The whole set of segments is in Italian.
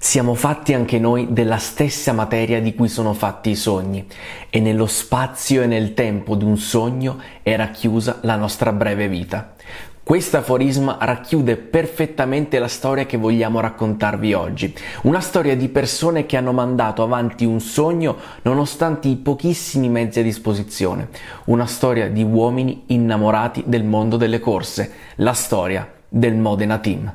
Siamo fatti anche noi della stessa materia di cui sono fatti i sogni, e nello spazio e nel tempo di un sogno è racchiusa la nostra breve vita. Questo aforisma racchiude perfettamente la storia che vogliamo raccontarvi oggi, una storia di persone che hanno mandato avanti un sogno nonostante i pochissimi mezzi a disposizione, una storia di uomini innamorati del mondo delle corse, la storia del Modena Team.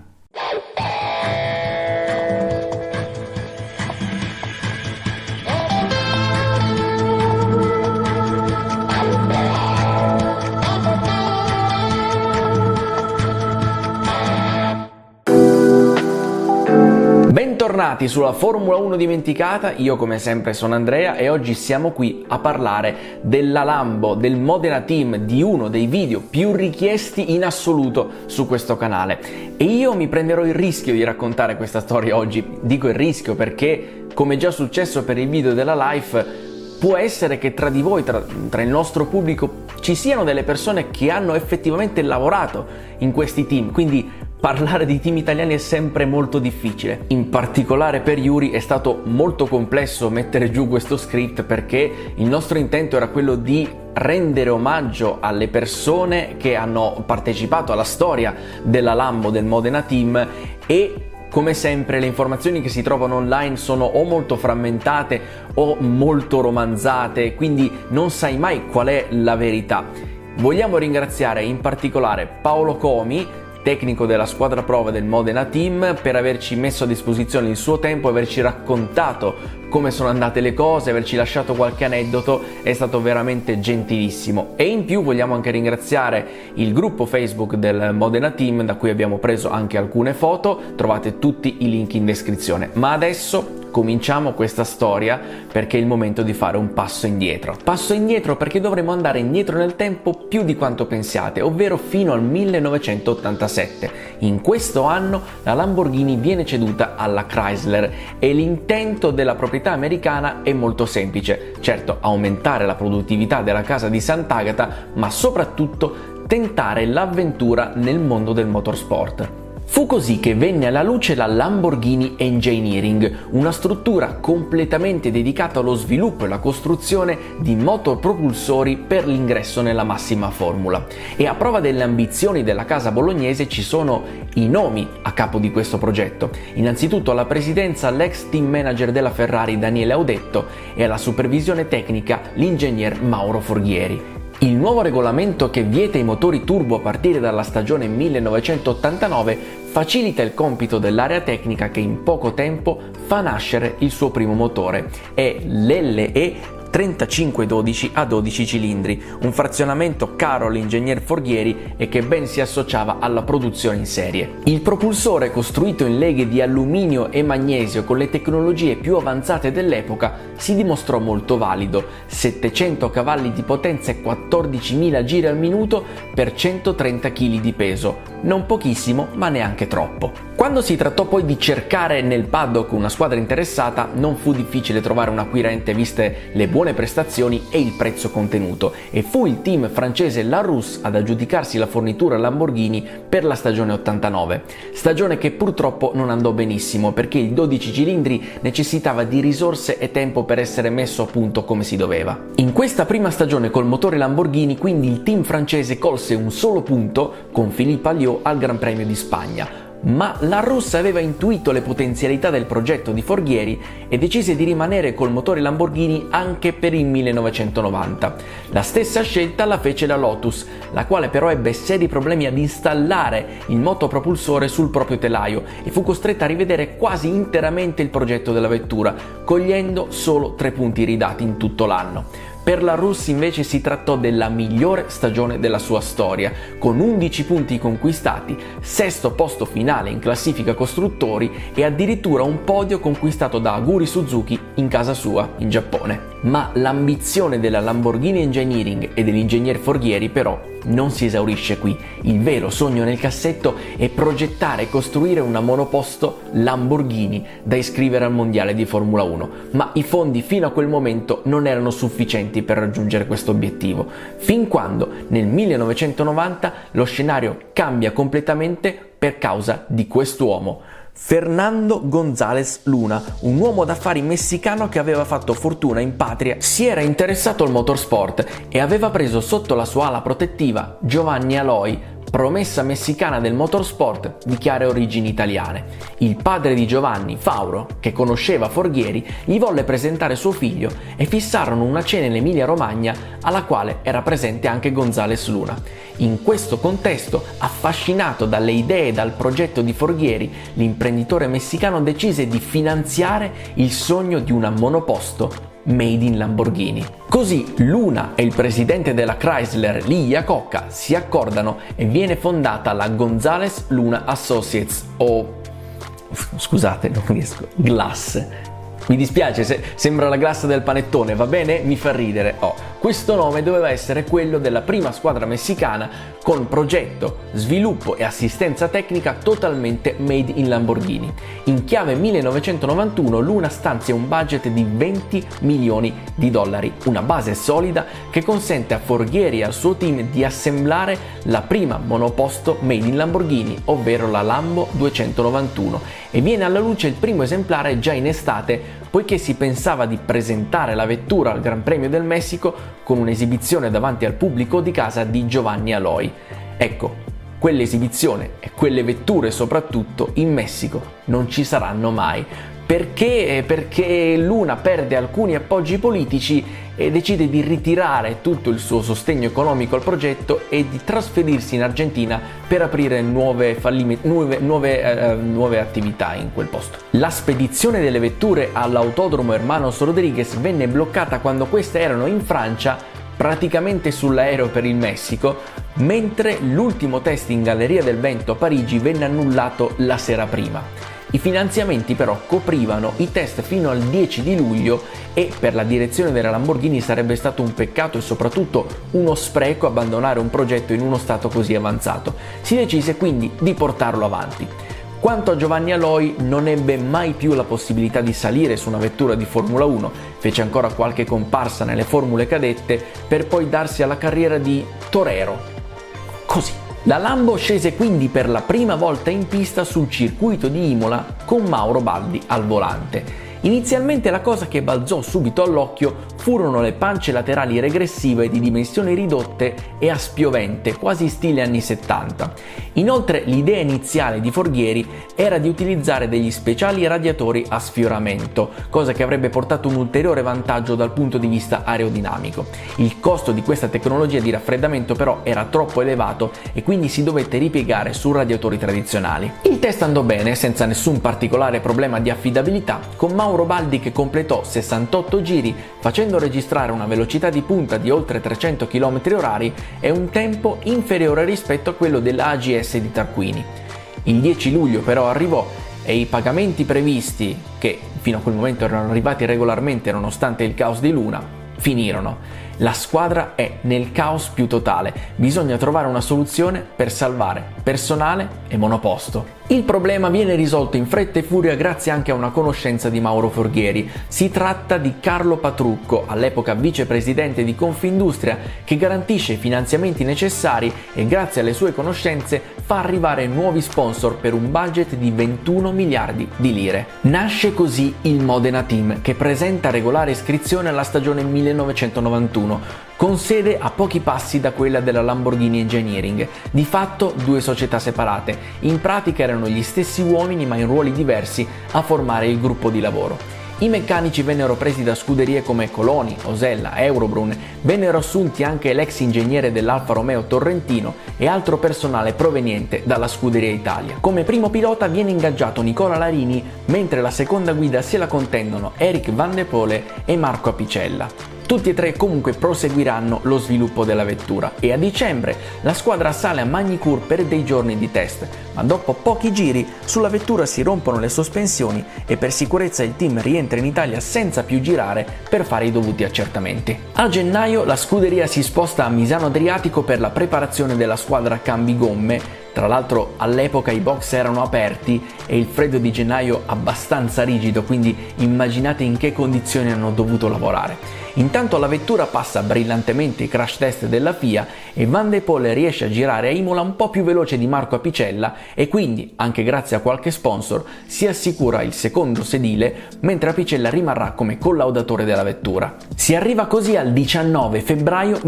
Bentornati sulla Formula 1 dimenticata, io come sempre sono Andrea e oggi siamo qui a parlare della Lambo, del Modena Team, di uno dei video più richiesti in assoluto su questo canale. E io mi prenderò il rischio di raccontare questa storia oggi. Dico il rischio perché, come già successo per il video della Life, può essere che tra di voi, tra il nostro pubblico, ci siano delle persone che hanno effettivamente lavorato in questi team, quindi parlare di team italiani è sempre molto difficile. In particolare per Yuri è stato molto complesso mettere giù questo script perché il nostro intento era quello di rendere omaggio alle persone che hanno partecipato alla storia della Lambo, del Modena Team, e come sempre le informazioni che si trovano online sono o molto frammentate o molto romanzate, quindi non sai mai qual è la verità. Vogliamo ringraziare in particolare Paolo Comi, tecnico della squadra prova del Modena Team, per averci messo a disposizione il suo tempo, averci raccontato come sono andate le cose, averci lasciato qualche aneddoto, è stato veramente gentilissimo. E in più vogliamo anche ringraziare il gruppo Facebook del Modena Team, da cui abbiamo preso anche alcune foto, trovate tutti i link in descrizione. Ma adesso cominciamo questa storia perché è il momento di fare un passo indietro. Passo indietro perché dovremo andare indietro nel tempo più di quanto pensiate, ovvero fino al 1987. In questo anno la Lamborghini viene ceduta alla Chrysler e l'intento della proprietà americana è molto semplice. Certo, aumentare la produttività della casa di Sant'Agata, ma soprattutto tentare l'avventura nel mondo del motorsport. Fu così che venne alla luce la Lamborghini Engineering, una struttura completamente dedicata allo sviluppo e alla costruzione di motopropulsori per l'ingresso nella massima formula. E a prova delle ambizioni della casa bolognese ci sono i nomi a capo di questo progetto. Innanzitutto alla presidenza l'ex team manager della Ferrari Daniele Audetto e alla supervisione tecnica l'ingegner Mauro Forghieri. Il nuovo regolamento che vieta i motori turbo a partire dalla stagione 1989 facilita il compito dell'area tecnica che in poco tempo fa nascere il suo primo motore. È l'LE 3512 a 12 cilindri, un frazionamento caro all'ingegner Forghieri e che ben si associava alla produzione in serie. Il propulsore, costruito in leghe di alluminio e magnesio con le tecnologie più avanzate dell'epoca, si dimostrò molto valido: 700 cavalli di potenza e 14.000 giri al minuto per 130 kg di peso. Non pochissimo, ma neanche troppo. Quando si trattò poi di cercare nel paddock una squadra interessata, non fu difficile trovare un acquirente viste le buone prestazioni e il prezzo contenuto, e fu il team francese Larousse ad aggiudicarsi la fornitura Lamborghini per la stagione 89, stagione che purtroppo non andò benissimo perché il 12 cilindri necessitava di risorse e tempo per essere messo a punto come si doveva. In questa prima stagione col motore Lamborghini quindi il team francese colse un solo punto con Philippe Alliot al Gran Premio di Spagna. Ma la Russa aveva intuito le potenzialità del progetto di Forghieri e decise di rimanere col motore Lamborghini anche per il 1990. La stessa scelta la fece la Lotus, la quale però ebbe seri problemi ad installare il motopropulsore sul proprio telaio e fu costretta a rivedere quasi interamente il progetto della vettura, cogliendo solo 3 punti ridati in tutto l'anno. Per la Russa invece si trattò della migliore stagione della sua storia, con 11 punti conquistati, 6° posto finale in classifica costruttori e addirittura un podio conquistato da Aguri Suzuki in casa sua, in Giappone. Ma l'ambizione della Lamborghini Engineering e dell'ingegner Forghieri però non si esaurisce qui. Il vero sogno nel cassetto è progettare e costruire una monoposto Lamborghini da iscrivere al mondiale di Formula 1, ma i fondi fino a quel momento non erano sufficienti per raggiungere questo obiettivo, fin quando nel 1990 lo scenario cambia completamente per causa di quest'uomo. Fernando González Luna, un uomo d'affari messicano che aveva fatto fortuna in patria, si era interessato al motorsport e aveva preso sotto la sua ala protettiva Giovanni Aloy, promessa messicana del motorsport di chiare origini italiane. Il padre di Giovanni, Fauro, che conosceva Forghieri, gli volle presentare suo figlio e fissarono una cena in Emilia-Romagna alla quale era presente anche González Luna. In questo contesto, affascinato dalle idee e dal progetto di Forghieri, l'imprenditore messicano decise di finanziare il sogno di una monoposto made in Lamborghini. Così Luna e il presidente della Chrysler, Lee Iacocca, si accordano e viene fondata la González Luna Associates o scusate, non riesco, Glass. Mi dispiace, sembra la glassa del panettone, va bene? Mi fa ridere. Questo nome doveva essere quello della prima squadra messicana con progetto, sviluppo e assistenza tecnica totalmente made in Lamborghini. In chiave 1991 Luna stanzia un budget di 20 milioni di dollari, una base solida che consente a Forghieri e al suo team di assemblare la prima monoposto made in Lamborghini, ovvero la Lambo 291, e viene alla luce il primo esemplare già in estate, poiché si pensava di presentare la vettura al Gran Premio del Messico con un'esibizione davanti al pubblico di casa di Giovanni Aloy. Ecco, quell'esibizione e quelle vetture soprattutto in Messico non ci saranno mai. Perché? Perché Luna perde alcuni appoggi politici e decide di ritirare tutto il suo sostegno economico al progetto e di trasferirsi in Argentina per aprire nuove attività in quel posto. La spedizione delle vetture all'autodromo Hermanos Rodríguez venne bloccata quando queste erano in Francia, praticamente sull'aereo per il Messico, mentre l'ultimo test in Galleria del Vento a Parigi venne annullato la sera prima. I finanziamenti però coprivano i test fino al 10 di luglio e per la direzione della Lamborghini sarebbe stato un peccato e soprattutto uno spreco abbandonare un progetto in uno stato così avanzato. Si decise quindi di portarlo avanti. Quanto a Giovanni Aloy, non ebbe mai più la possibilità di salire su una vettura di Formula 1, fece ancora qualche comparsa nelle formule cadette per poi darsi alla carriera di torero. Così. La Lambo scese quindi per la prima volta in pista sul circuito di Imola con Mauro Baldi al volante. Inizialmente la cosa che balzò subito all'occhio furono le pance laterali regressive di dimensioni ridotte e a spiovente, quasi stile anni 70. Inoltre l'idea iniziale di Forghieri era di utilizzare degli speciali radiatori a sfioramento, cosa che avrebbe portato un ulteriore vantaggio dal punto di vista aerodinamico. Il costo di questa tecnologia di raffreddamento però era troppo elevato e quindi si dovette ripiegare su radiatori tradizionali. Il test andò bene, senza nessun particolare problema di affidabilità, con Mauro Baldi che completò 68 giri facendo registrare una velocità di punta di oltre 300 km/h e un tempo inferiore rispetto a quello della AGS di Tarquini. Il 10 luglio però arrivò e i pagamenti previsti, che fino a quel momento erano arrivati regolarmente nonostante il caos di Luna, finirono. La squadra è nel caos più totale, bisogna trovare una soluzione per salvare personale e monoposto. Il problema viene risolto in fretta e furia grazie anche a una conoscenza di Mauro Forghieri. Si tratta di Carlo Patrucco, all'epoca vicepresidente di Confindustria, che garantisce i finanziamenti necessari e grazie alle sue conoscenze fa arrivare nuovi sponsor per un budget di 21 miliardi di lire. Nasce così il Modena Team, che presenta regolare iscrizione alla stagione 1991, con sede a pochi passi da quella della Lamborghini Engineering, di fatto due società separate. In pratica erano gli stessi uomini ma in ruoli diversi a formare il gruppo di lavoro. I meccanici vennero presi da scuderie come Coloni, Osella, Eurobrun, vennero assunti anche l'ex ingegnere dell'Alfa Romeo Torrentino e altro personale proveniente dalla Scuderia Italia. Come primo pilota viene ingaggiato Nicola Larini, mentre la seconda guida se la contendono Eric Van de Pole e Marco Apicella. Tutti e tre comunque proseguiranno lo sviluppo della vettura e a dicembre la squadra sale a Magny-Cours per dei giorni di test, ma dopo pochi giri sulla vettura si rompono le sospensioni e per sicurezza il team rientra in Italia senza più girare per fare i dovuti accertamenti. A gennaio la scuderia si sposta a Misano Adriatico per la preparazione della squadra cambi gomme, Tra l'altro all'epoca i box erano aperti e il freddo di gennaio abbastanza rigido, quindi immaginate in che condizioni hanno dovuto lavorare. Intanto la vettura passa brillantemente i crash test della FIA e Van de Pol riesce a girare a Imola un po' più veloce di Marco Apicella e quindi, anche grazie a qualche sponsor, si assicura il secondo sedile, mentre Apicella rimarrà come collaudatore della vettura. Si arriva così al 19 febbraio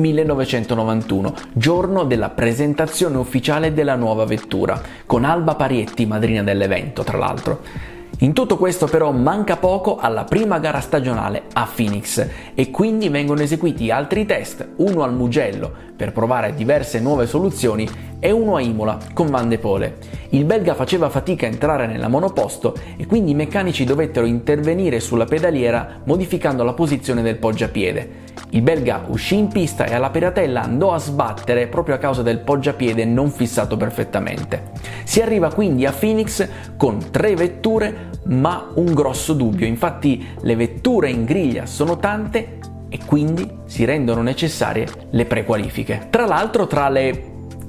1991, giorno della presentazione ufficiale della nuova vettura, con Alba Parietti, madrina dell'evento, tra l'altro. In tutto questo però manca poco alla prima gara stagionale a Phoenix e quindi vengono eseguiti altri test, uno al Mugello per provare diverse nuove soluzioni e uno a Imola con Van de Pole. Il belga faceva fatica a entrare nella monoposto e quindi i meccanici dovettero intervenire sulla pedaliera modificando la posizione del poggiapiede. Il belga uscì in pista e alla Piratella andò a sbattere proprio a causa del poggiapiede non fissato perfettamente. Si arriva quindi a Phoenix con 3 vetture ma un grosso dubbio, infatti le vetture in griglia sono tante e quindi si rendono necessarie le prequalifiche. Tra l'altro tra le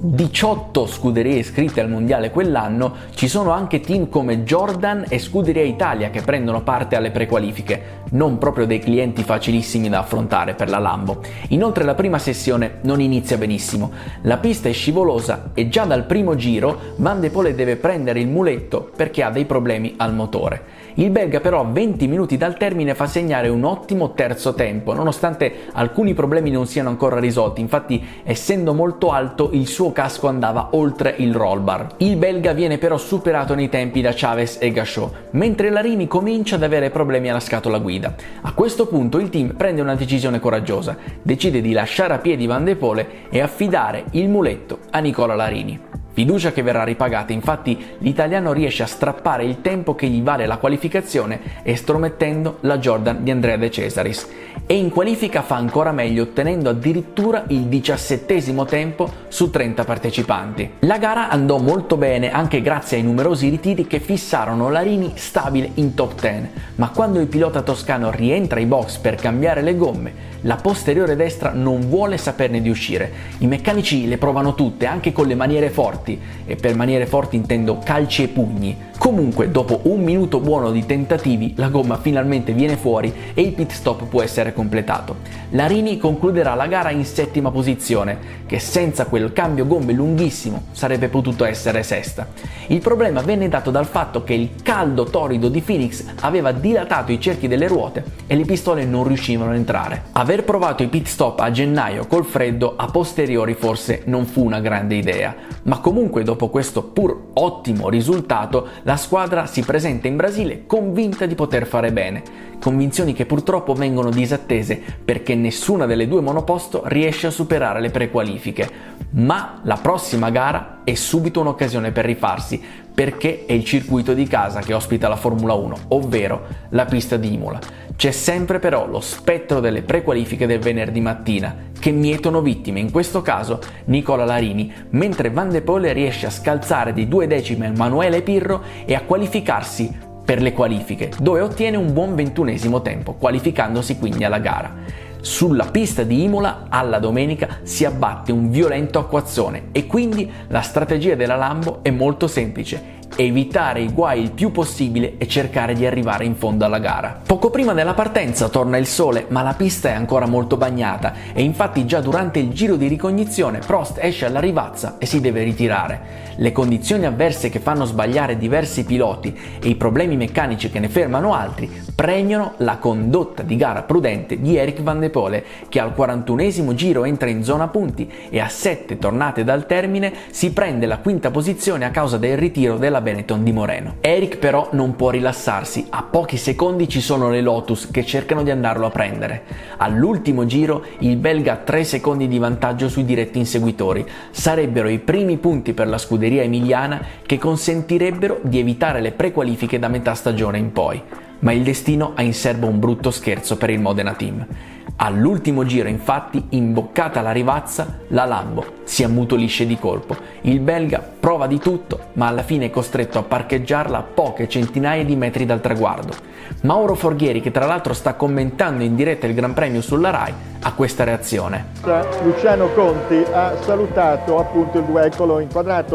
18 scuderie iscritte al mondiale quell'anno ci sono anche team come Jordan e Scuderia Italia che prendono parte alle prequalifiche, non proprio dei clienti facilissimi da affrontare per la Lambo. Inoltre la prima sessione non inizia benissimo, la pista è scivolosa e già dal primo giro Van de Pole deve prendere il muletto perché ha dei problemi al motore. Il belga però a 20 minuti dal termine fa segnare un ottimo terzo tempo, nonostante alcuni problemi non siano ancora risolti, infatti essendo molto alto il suo casco andava oltre il roll bar. Il belga viene però superato nei tempi da Chavez e Gachot, mentre Larini comincia ad avere problemi alla scatola guida. A questo punto il team prende una decisione coraggiosa, decide di lasciare a piedi Van de Pole e affidare il muletto a Nicola Larini. Fiducia che verrà ripagata, infatti l'italiano riesce a strappare il tempo che gli vale la qualificazione estromettendo la Jordan di Andrea De Cesaris e in qualifica fa ancora meglio ottenendo addirittura il 17° tempo su 30 partecipanti. La gara andò molto bene anche grazie ai numerosi ritiri che fissarono Larini stabile in top 10, ma quando il pilota toscano rientra ai box per cambiare le gomme, la posteriore destra non vuole saperne di uscire. I meccanici le provano tutte, anche con le maniere forti, e per maniere forti intendo calci e pugni. Comunque, dopo un minuto buono di tentativi, la gomma finalmente viene fuori e il pit stop può essere completato. Larini concluderà la gara in 7ª posizione, che senza quel cambio gomme lunghissimo sarebbe potuto essere sesta. Il problema venne dato dal fatto che il caldo torido di Phoenix aveva dilatato i cerchi delle ruote e le pistole non riuscivano a entrare. Aver provato i pit stop a gennaio col freddo a posteriori forse non fu una grande idea, ma comunque dopo questo pur ottimo risultato la squadra si presenta in Brasile convinta di poter fare bene, convinzioni che purtroppo vengono disattese perché nessuna delle due monoposto riesce a superare le prequalifiche, ma la prossima gara è subito un'occasione per rifarsi perché è il circuito di casa che ospita la Formula 1, ovvero la pista di Imola. C'è sempre però lo spettro delle prequalifiche del venerdì mattina che mietono vittime, in questo caso Nicola Larini, mentre Van de Pole riesce a scalzare di 2 decimi Emanuele Pirro e a qualificarsi per le qualifiche, dove ottiene un buon 21° tempo, qualificandosi quindi alla gara. Sulla pista di Imola alla domenica si abbatte un violento acquazzone e quindi la strategia della Lambo è molto semplice: evitare i guai il più possibile e cercare di arrivare in fondo alla gara. Poco prima della partenza torna il sole, ma la pista è ancora molto bagnata e infatti già durante il giro di ricognizione Prost esce alla rivazza e si deve ritirare. Le condizioni avverse che fanno sbagliare diversi piloti e i problemi meccanici che ne fermano altri premiano la condotta di gara prudente di Eric Van de Pole, che al 41° giro entra in zona punti e a 7 tornate dal termine si prende la 5ª posizione a causa del ritiro della Benetton di Moreno. Eric però non può rilassarsi, a pochi secondi ci sono le Lotus che cercano di andarlo a prendere. All'ultimo giro il belga ha 3 secondi di vantaggio sui diretti inseguitori, sarebbero i primi punti per la scuderia emiliana che consentirebbero di evitare le prequalifiche da metà stagione in poi. Ma il destino ha in serbo un brutto scherzo per il Modena Team. All'ultimo giro, infatti, imboccata la rivazza, la Lambo si ammutolisce di colpo. Il belga prova di tutto, ma alla fine è costretto a parcheggiarla a poche centinaia di metri dal traguardo. Mauro Forghieri, che tra l'altro sta commentando in diretta il Gran Premio sulla Rai, ha questa reazione. Luciano Conti ha salutato appunto il duello inquadrato.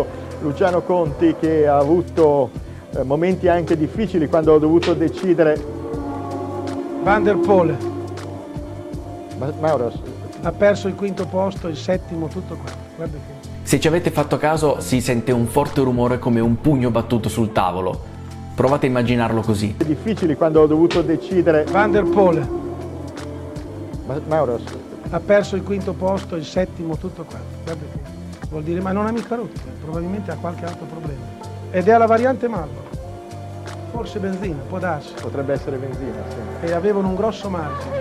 Luciano Conti, che ha avuto momenti anche difficili quando ha dovuto decidere. Van der Poel Mauro ha perso il quinto posto, il settimo, tutto qua. Guarda che... Se ci avete fatto caso, si sente un forte rumore come un pugno battuto sul tavolo. Provate a immaginarlo così. difficili quando ho dovuto decidere. Van der Poel Mauro ha perso il quinto posto, il settimo, tutto qua. Guarda che... Vuol dire, ma non ha mica rotto, probabilmente ha qualche altro problema. Ed è alla variante Marlboro. Forse benzina, può darsi. potrebbe essere benzina, sì. E avevano un grosso margine.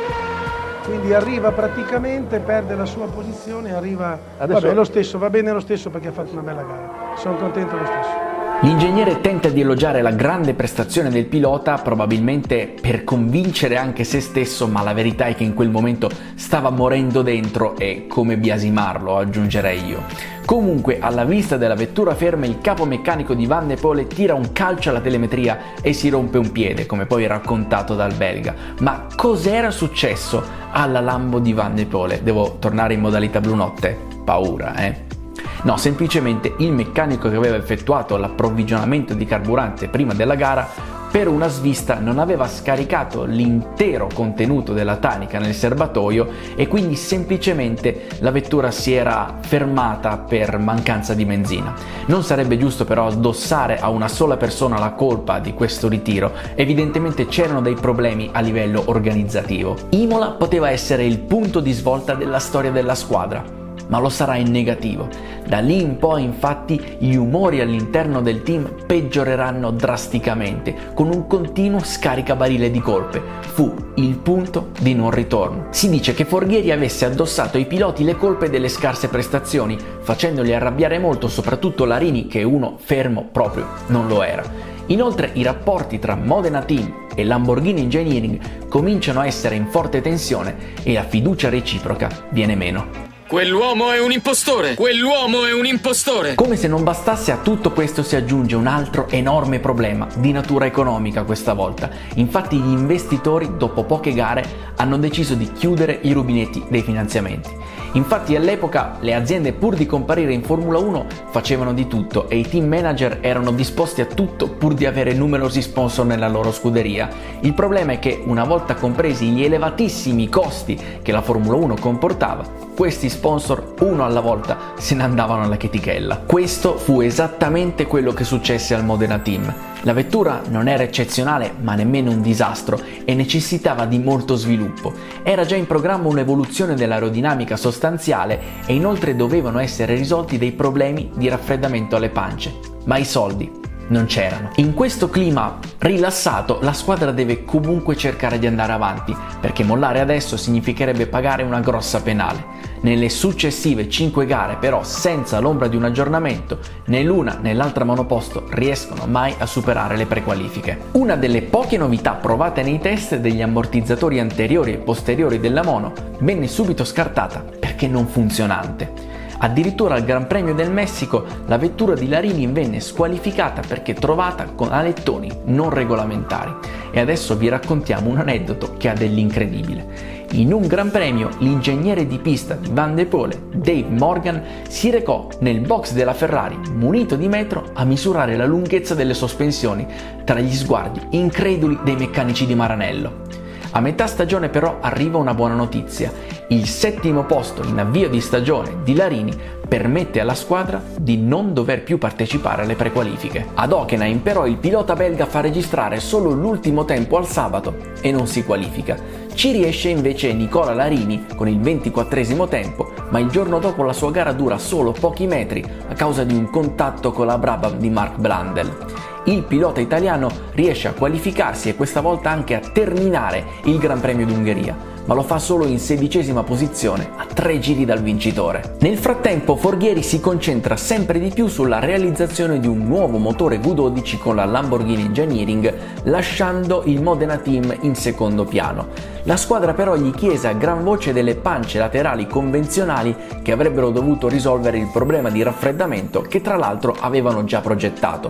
Quindi arriva praticamente, perde la sua posizione, arriva... Adesso... Vabbè, lo stesso, va bene lo stesso perché ha fatto una bella gara. Sono contento lo stesso. L'ingegnere tenta di elogiare la grande prestazione del pilota, probabilmente per convincere anche se stesso, ma la verità è che in quel momento stava morendo dentro e come biasimarlo, aggiungerei io. Comunque, alla vista della vettura ferma, il capo meccanico di Van der Poel tira un calcio alla telemetria e si rompe un piede, come poi raccontato dal belga. Ma cos'era successo alla Lambo di Van der Poel? Devo tornare in modalità blu notte? Paura, No, semplicemente il meccanico che aveva effettuato l'approvvigionamento di carburante prima della gara, per una svista non aveva scaricato l'intero contenuto della tanica nel serbatoio e quindi semplicemente la vettura si era fermata per mancanza di benzina. Non sarebbe giusto però addossare a una sola persona la colpa di questo ritiro, evidentemente c'erano dei problemi a livello organizzativo. Imola poteva essere il punto di svolta della storia della squadra, ma lo sarà in negativo. Da lì in poi infatti gli umori all'interno del team peggioreranno drasticamente, con un continuo scaricabarile di colpe. Fu il punto di non ritorno. Si dice che Forghieri avesse addossato ai piloti le colpe delle scarse prestazioni, facendoli arrabbiare molto soprattutto Larini, che uno fermo proprio non lo era. Inoltre i rapporti tra Modena Team e Lamborghini Engineering cominciano a essere in forte tensione e la fiducia reciproca viene meno. Quell'uomo è un impostore! Quell'uomo è un impostore! Come se non bastasse, a tutto questo si aggiunge un altro enorme problema, di natura economica questa volta. Infatti gli investitori, dopo poche gare, hanno deciso di chiudere i rubinetti dei finanziamenti. Infatti all'epoca le aziende, pur di comparire in Formula 1, facevano di tutto e i team manager erano disposti a tutto pur di avere numerosi sponsor nella loro scuderia. Il problema è che, una volta compresi gli elevatissimi costi che la Formula 1 comportava, questi sponsor uno alla volta se ne andavano alla chetichella. Questo fu esattamente quello che successe al Modena Team. La vettura non era eccezionale ma nemmeno un disastro e necessitava di molto sviluppo. Era già in programma un'evoluzione dell'aerodinamica sostanziale e inoltre dovevano essere risolti dei problemi di raffreddamento alle pance, ma i soldi non c'erano. In questo clima rilassato la squadra deve comunque cercare di andare avanti, perché mollare adesso significherebbe pagare una grossa penale. Nelle successive 5 gare però, senza l'ombra di un aggiornamento, né l'una né l'altra monoposto riescono mai a superare le prequalifiche. Una delle poche novità provate nei test degli ammortizzatori anteriori e posteriori della mono venne subito scartata perché non funzionante. Addirittura al Gran Premio del Messico la vettura di Larini venne squalificata perché trovata con alettoni non regolamentari. E adesso vi raccontiamo un aneddoto che ha dell'incredibile. In un Gran Premio l'ingegnere di pista di Van der Poel, Dave Morgan, si recò nel box della Ferrari munito di metro a misurare la lunghezza delle sospensioni tra gli sguardi increduli dei meccanici di Maranello. A metà stagione però arriva una buona notizia. Il 7° posto in avvio di stagione di Larini permette alla squadra di non dover più partecipare alle prequalifiche. Ad Hockenheim però il pilota belga fa registrare solo l'ultimo tempo al sabato e non si qualifica. Ci riesce invece Nicola Larini con il 24° tempo, ma il giorno dopo la sua gara dura solo pochi metri a causa di un contatto con la Brabham di Mark Brundle. Il pilota italiano riesce a qualificarsi e questa volta anche a terminare il Gran Premio d'Ungheria, ma lo fa solo in 16ª posizione, a 3 giri dal vincitore. Nel frattempo Forghieri si concentra sempre di più sulla realizzazione di un nuovo motore V12 con la Lamborghini Engineering, lasciando il Modena Team in secondo piano. La squadra però gli chiese a gran voce delle pance laterali convenzionali che avrebbero dovuto risolvere il problema di raffreddamento che tra l'altro avevano già progettato.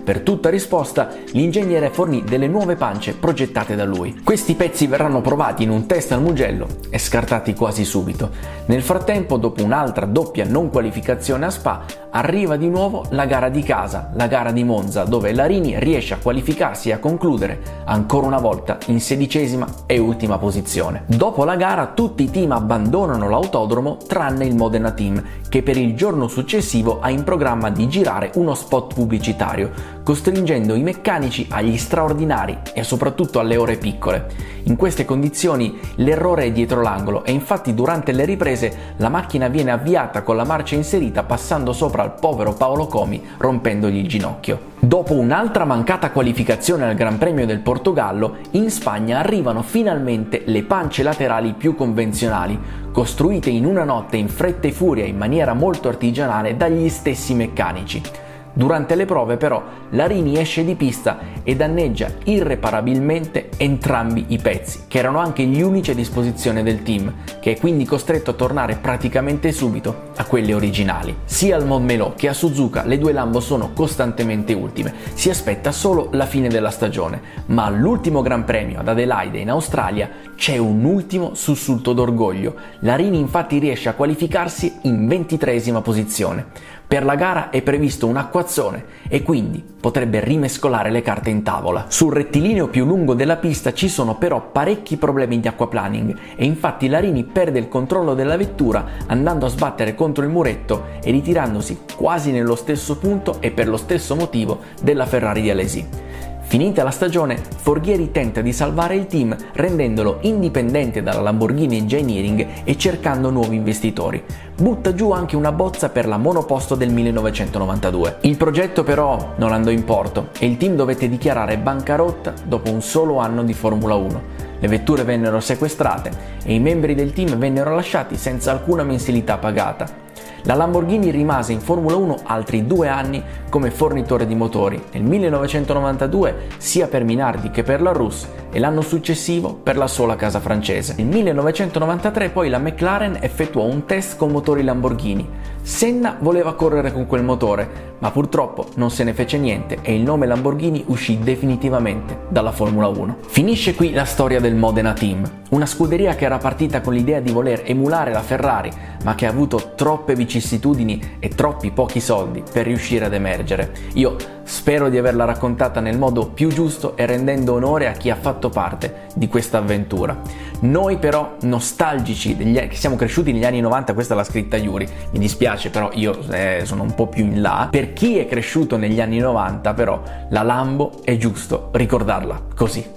Per tutta risposta, l'ingegnere fornì delle nuove pance progettate da lui. Questi pezzi verranno provati in un test al Mugello e scartati quasi subito. Nel frattempo, dopo un'altra doppia non qualificazione a Spa, arriva di nuovo la gara di casa, la gara di Monza, dove Larini riesce a qualificarsi e a concludere ancora una volta in 16ª e ultima posizione. Dopo la gara tutti i team abbandonano l'autodromo tranne il Modena Team, che per il giorno successivo ha in programma di girare uno spot pubblicitario, costringendo i meccanici agli straordinari e soprattutto alle ore piccole. In queste condizioni l'errore è dietro l'angolo e infatti durante le riprese la macchina viene avviata con la marcia inserita passando sopra al povero Paolo Comi rompendogli il ginocchio. Dopo un'altra mancata qualificazione al Gran Premio del Portogallo, in Spagna arrivano finalmente le pance laterali più convenzionali, costruite in una notte in fretta e furia in maniera molto artigianale dagli stessi meccanici. Durante le prove però Larini esce di pista e danneggia irreparabilmente entrambi i pezzi, che erano anche gli unici a disposizione del team, che è quindi costretto a tornare praticamente subito a quelli originali. Sia al Montmeló che a Suzuka le due Lambo sono costantemente ultime, si aspetta solo la fine della stagione, ma all'ultimo Gran Premio ad Adelaide in Australia c'è un ultimo sussulto d'orgoglio. Larini infatti riesce a qualificarsi in 23ª posizione. Per la gara è previsto un acquazzone e quindi potrebbe rimescolare le carte in tavola. Sul rettilineo più lungo della pista ci sono però parecchi problemi di aquaplaning e infatti Larini perde il controllo della vettura andando a sbattere contro il muretto e ritirandosi quasi nello stesso punto e per lo stesso motivo della Ferrari di Alesi. Finita la stagione, Forghieri tenta di salvare il team rendendolo indipendente dalla Lamborghini Engineering e cercando nuovi investitori. Butta giù anche una bozza per la monoposto del 1992. Il progetto però non andò in porto e il team dovette dichiarare bancarotta dopo un solo anno di Formula 1. Le vetture vennero sequestrate e i membri del team vennero lasciati senza alcuna mensilità pagata. La Lamborghini rimase in Formula 1 altri 2 anni come fornitore di motori, nel 1992 sia per Minardi che per la Russ e l'anno successivo per la sola casa francese. Nel 1993 poi la McLaren effettuò un test con motori Lamborghini. Senna voleva correre con quel motore, ma purtroppo non se ne fece niente e il nome Lamborghini uscì definitivamente dalla Formula 1. Finisce qui la storia del Modena Team, una scuderia che era partita con l'idea di voler emulare la Ferrari, ma che ha avuto troppe vicissitudini e troppi pochi soldi per riuscire ad emergere. Io spero di averla raccontata nel modo più giusto e rendendo onore a chi ha fatto parte di questa avventura. Noi però, nostalgici, che siamo cresciuti negli anni 90, questa l'ha scritta Yuri, mi dispiace però io sono un po' più in là, per chi è cresciuto negli anni 90 però la Lambo è giusto ricordarla così.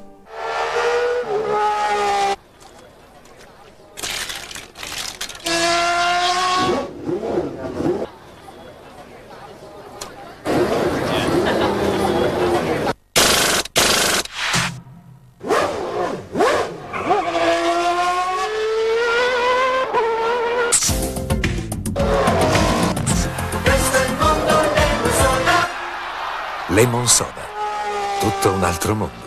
Lemon Soda, tutto un altro mondo.